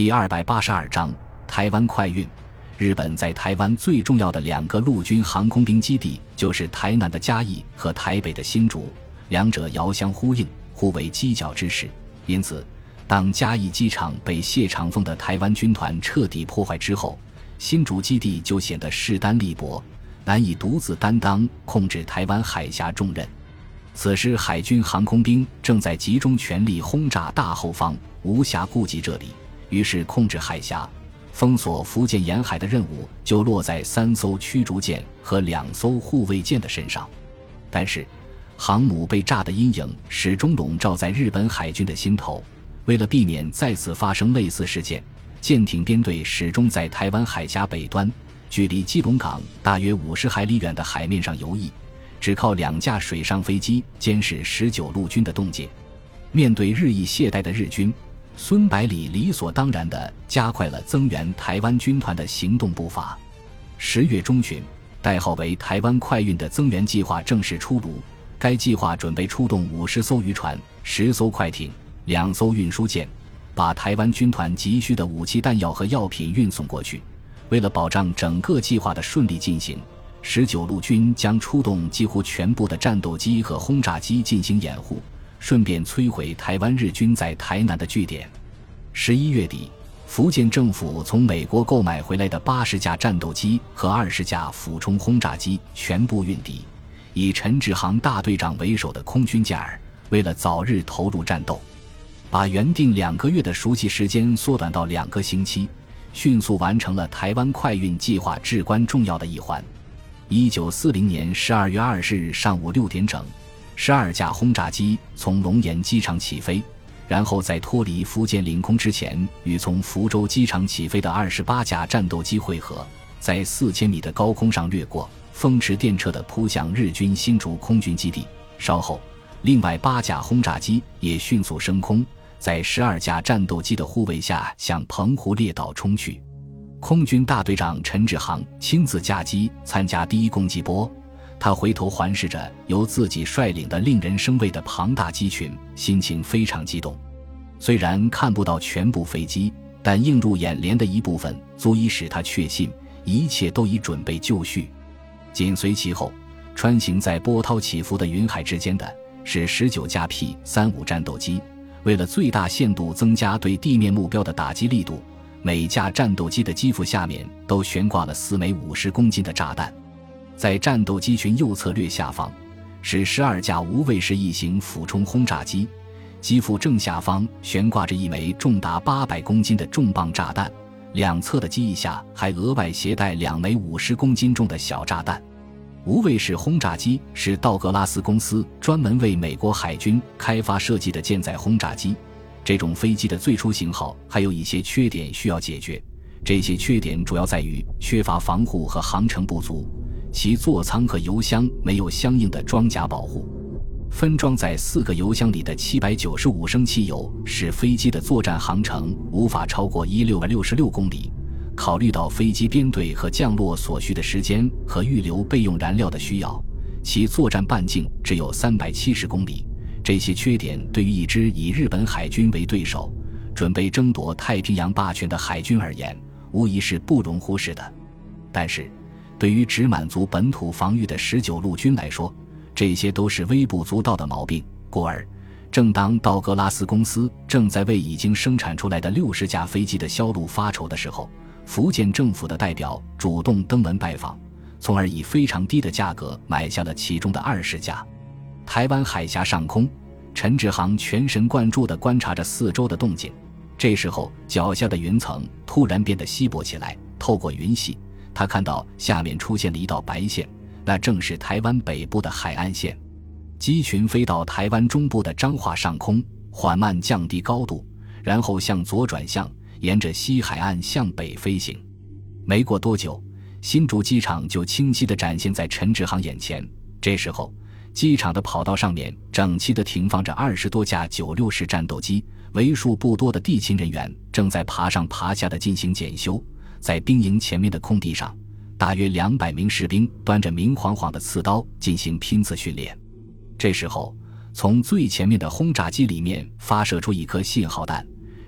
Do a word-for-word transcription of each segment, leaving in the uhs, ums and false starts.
第二百八十二章台湾快运。日本在台湾最重要的两个陆军航空兵基地就是台南的嘉义和台北的新竹，两者遥相呼应，互为犄角之势。因此当嘉义机场被谢长凤的台湾军团彻底破坏之后，新竹基地就显得势单力薄，难以独自担当控制台湾海峡重任。此时海军航空兵正在集中全力轰炸大后方，无暇顾及这里，于是控制海峡封锁福建沿海的任务就落在三艘驱逐舰和两艘护卫舰的身上。但是航母被炸的阴影始终笼罩在日本海军的心头，为了避免再次发生类似事件，舰艇编队始终在台湾海峡北端距离基隆港大约五十海里远的海面上游弋，只靠两架水上飞机监视十九路军的动静。面对日益懈怠的日军，孙百里理所当然地加快了增援台湾军团的行动步伐。十月中旬，代号为台湾快运的增援计划正式出炉。该计划准备出动五十艘渔船、十艘快艇、两艘运输舰，把台湾军团急需的武器弹药和药品运送过去。为了保障整个计划的顺利进行，十九路军将出动几乎全部的战斗机和轰炸机进行掩护，顺便摧毁台湾日军在台南的据点。十一月底，福建政府从美国购买回来的八十架战斗机和二十架俯冲轰炸机全部运抵，以陈志航大队长为首的空军健儿为了早日投入战斗，把原定两个月的熟悉时间缩短到两个星期，迅速完成了台湾快运计划至关重要的一环。一九四零年十二月二十日上午六点整，十二架轰炸机从龙岩机场起飞，然后在脱离福建领空之前与从福州机场起飞的二十八架战斗机会合，在四千米的高空上掠过，风驰电掣地扑向日军新竹空军基地。稍后另外八架轰炸机也迅速升空，在十二架战斗机的护卫下向澎湖列岛冲去。空军大队长陈志航亲自驾机参加第一攻击波，他回头环视着由自己率领的令人生畏的庞大机群，心情非常激动。虽然看不到全部飞机，但映入眼帘的一部分足以使他确信一切都已准备就绪。紧随其后，穿行在波涛起伏的云海之间的是十九架 P三十五 战斗机。为了最大限度增加对地面目标的打击力度，每架战斗机的机腹下面都悬挂了四枚五十公斤的炸弹。在战斗机群右侧略下方是十二架无畏式翼型俯冲轰炸机，机腹正下方悬挂着一枚重达八百公斤的重磅炸弹，两侧的机翼下还额外携带两枚五十公斤重的小炸弹。无畏式轰炸机是道格拉斯公司专门为美国海军开发设计的舰载轰炸机，这种飞机的最初型号还有一些缺点需要解决，这些缺点主要在于缺乏防护和航程不足，其座舱和油箱没有相应的装甲保护。分装在四个油箱里的七百九十五升汽油使飞机的作战航程无法超过一千六百六十六公里。考虑到飞机编队和降落所需的时间和预留备用燃料的需要，其作战半径只有三百七十公里。这些缺点对于一支以日本海军为对手，准备争夺太平洋霸权的海军而言，无疑是不容忽视的。但是对于只满足本土防御的十九路军来说，这些都是微不足道的毛病。故而正当道格拉斯公司正在为已经生产出来的六十架飞机的销路发愁的时候，福建政府的代表主动登门拜访，从而以非常低的价格买下了其中的二十架。台湾海峡上空，陈志航全神贯注地观察着四周的动静。这时候脚下的云层突然变得稀薄起来，透过云隙，他看到下面出现了一道白线，那正是台湾北部的海岸线。机群飞到台湾中部的彰化上空，缓慢降低高度，然后向左转向，沿着西海岸向北飞行。没过多久，新竹机场就清晰地展现在陈志航眼前。这时候机场的跑道上面整齐地停放着二十多架九六式战斗机，为数不多的地勤人员正在爬上爬下地进行检修。在兵营前面的空地上，大约两百名士兵端着明晃晃的刺刀进行拼刺训练。这时候从最前面的轰炸机里面发射出一颗信号弹，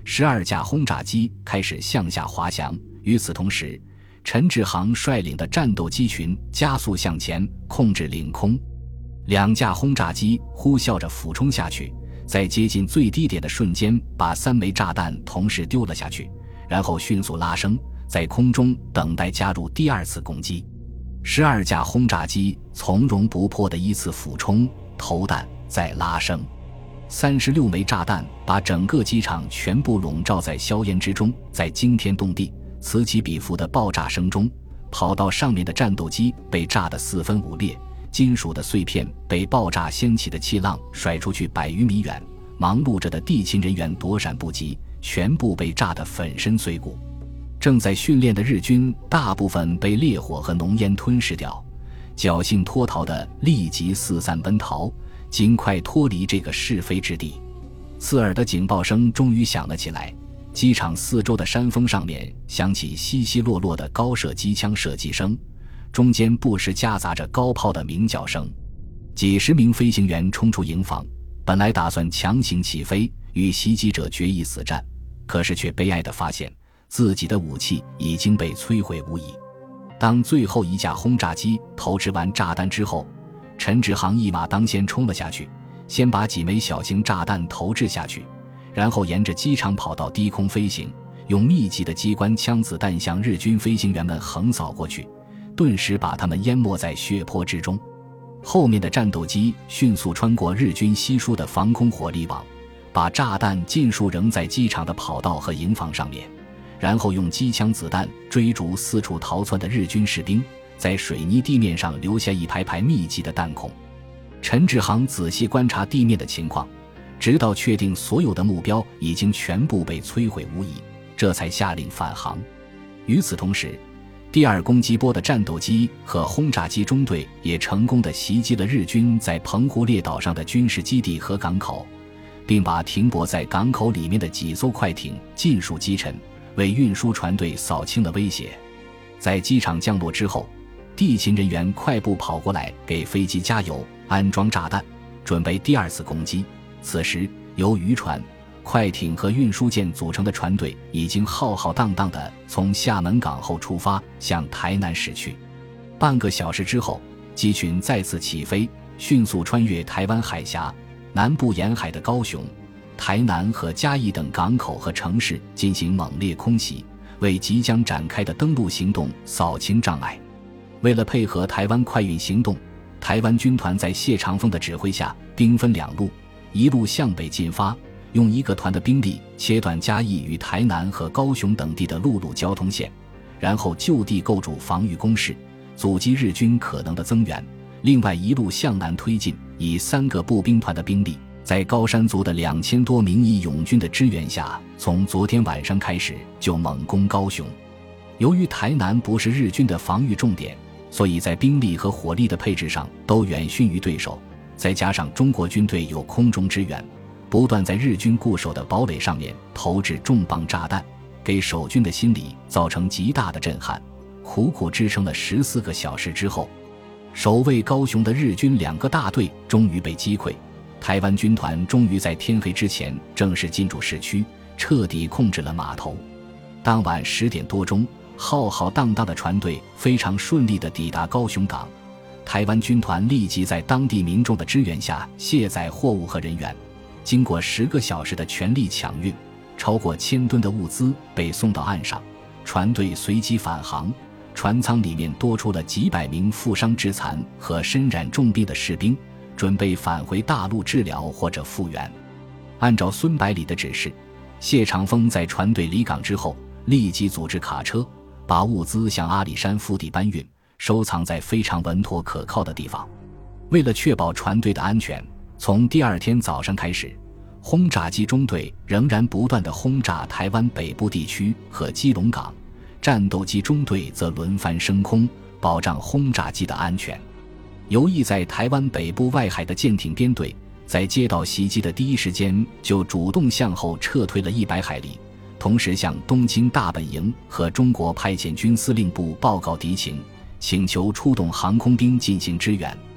十二架轰炸机开始向下滑翔。与此同时，陈志航率领的战斗机群加速向前，控制领空。两架轰炸机呼啸着俯冲下去，在接近最低点的瞬间把三枚炸弹同时丢了下去，然后迅速拉升，在空中等待加入第二次攻击。十二架轰炸机从容不迫的依次俯冲、投弹、再拉升。三十六枚炸弹把整个机场全部笼罩在硝烟之中，在惊天动地、此起彼伏的爆炸声中，跑道上面的战斗机被炸得四分五裂，金属的碎片被爆炸掀起的气浪甩出去百余米远，忙碌着的地勤人员躲闪不及，全部被炸得粉身碎骨。正在训练的日军大部分被烈火和浓烟吞噬掉，侥幸脱逃的立即四散奔逃，尽快脱离这个是非之地。刺耳的警报声终于响了起来，机场四周的山峰上面响起稀稀落落的高射机枪射击声，中间不时夹杂着高炮的鸣叫声。几十名飞行员冲出营房，本来打算强行起飞与袭击者决一死战，可是却悲哀地发现自己的武器已经被摧毁无疑。当最后一架轰炸机投掷完炸弹之后，陈志航一马当先冲了下去，先把几枚小型炸弹投掷下去，然后沿着机场跑道低空飞行，用密集的机关枪子弹向日军飞行员们横扫过去，顿时把他们淹没在血泊之中。后面的战斗机迅速穿过日军稀疏的防空火力网，把炸弹尽数扔在机场的跑道和营房上面，然后用机枪子弹追逐四处逃窜的日军士兵，在水泥地面上留下一排排密集的弹孔。陈志航仔细观察地面的情况，直到确定所有的目标已经全部被摧毁无疑，这才下令返航。与此同时，第二攻击波的战斗机和轰炸机中队也成功地袭击了日军在澎湖列岛上的军事基地和港口，并把停泊在港口里面的几艘快艇尽数击沉，为运输船队扫清了威胁。在机场降落之后，地勤人员快步跑过来给飞机加油，安装炸弹，准备第二次攻击。此时由渔船、快艇和运输舰组成的船队已经浩浩荡荡地从厦门港后出发，向台南驶去。半个小时之后，机群再次起飞，迅速穿越台湾海峡，南部沿海的高雄、台南和嘉义等港口和城市进行猛烈空袭，为即将展开的登陆行动扫清障碍。为了配合台湾快运行动，台湾军团在谢长风的指挥下兵分两路，一路向北进发，用一个团的兵力切断嘉义与台南和高雄等地的陆路交通线，然后就地构筑防御工事，阻击日军可能的增援。另外一路向南推进，以三个步兵团的兵力，在高山族的两千多名义勇军的支援下，从昨天晚上开始就猛攻高雄。由于台南不是日军的防御重点，所以在兵力和火力的配置上都远逊于对手，再加上中国军队有空中支援，不断在日军固守的堡垒上面投掷重磅炸弹，给守军的心理造成极大的震撼。苦苦支撑了十四个小时之后，守卫高雄的日军两个大队终于被击溃，台湾军团终于在天黑之前正式进驻市区，彻底控制了码头。当晚十点多钟，浩浩荡荡的船队非常顺利地抵达高雄港，台湾军团立即在当地民众的支援下卸载货物和人员，经过十个小时的全力抢运，超过千吨的物资被送到岸上，船队随即返航，船舱里面多出了几百名负伤致残和身染重病的士兵，准备返回大陆治疗或者复员。按照孙百里的指示，谢长风在船队离港之后立即组织卡车把物资向阿里山腹地搬运，收藏在非常稳妥可靠的地方。为了确保船队的安全，从第二天早上开始，轰炸机中队仍然不断地轰炸台湾北部地区和基隆港，战斗机中队则轮番升空，保障轰炸机的安全。游弋在台湾北部外海的舰艇编队在接到袭击的第一时间就主动向后撤退了一百海里，同时向东京大本营和中国派遣军司令部报告敌情，请求出动航空兵进行支援。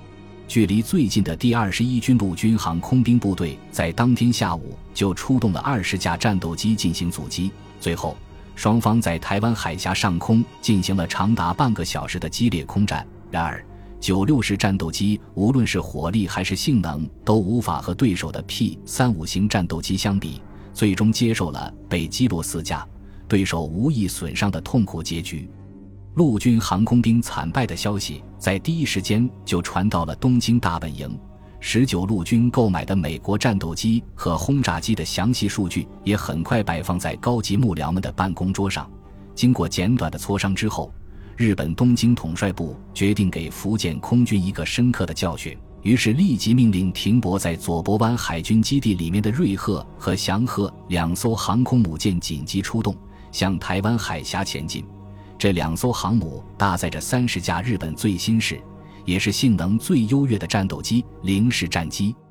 距离最近的第二十一军陆军航空兵部队在当天下午就出动了二十架战斗机进行阻击。最后，双方在台湾海峡上空进行了长达半个小时的激烈空战。然而，九六式战斗机无论是火力还是性能都无法和对手的 P三十五 型战斗机相比，最终接受了被击落四架，对手无一损伤的痛苦结局。陆军航空兵惨败的消息在第一时间就传到了东京大本营，十九路军购买的美国战斗机和轰炸机的详细数据也很快摆放在高级幕僚们的办公桌上。经过简短的磋商之后，日本东京统帅部决定给福建空军一个深刻的教训，于是立即命令停泊在佐伯湾海军基地里面的瑞鹤和祥鹤两艘航空母舰紧急出动，向台湾海峡前进。这两艘航母搭载着三十架日本最新式也是性能最优越的战斗机零式战机。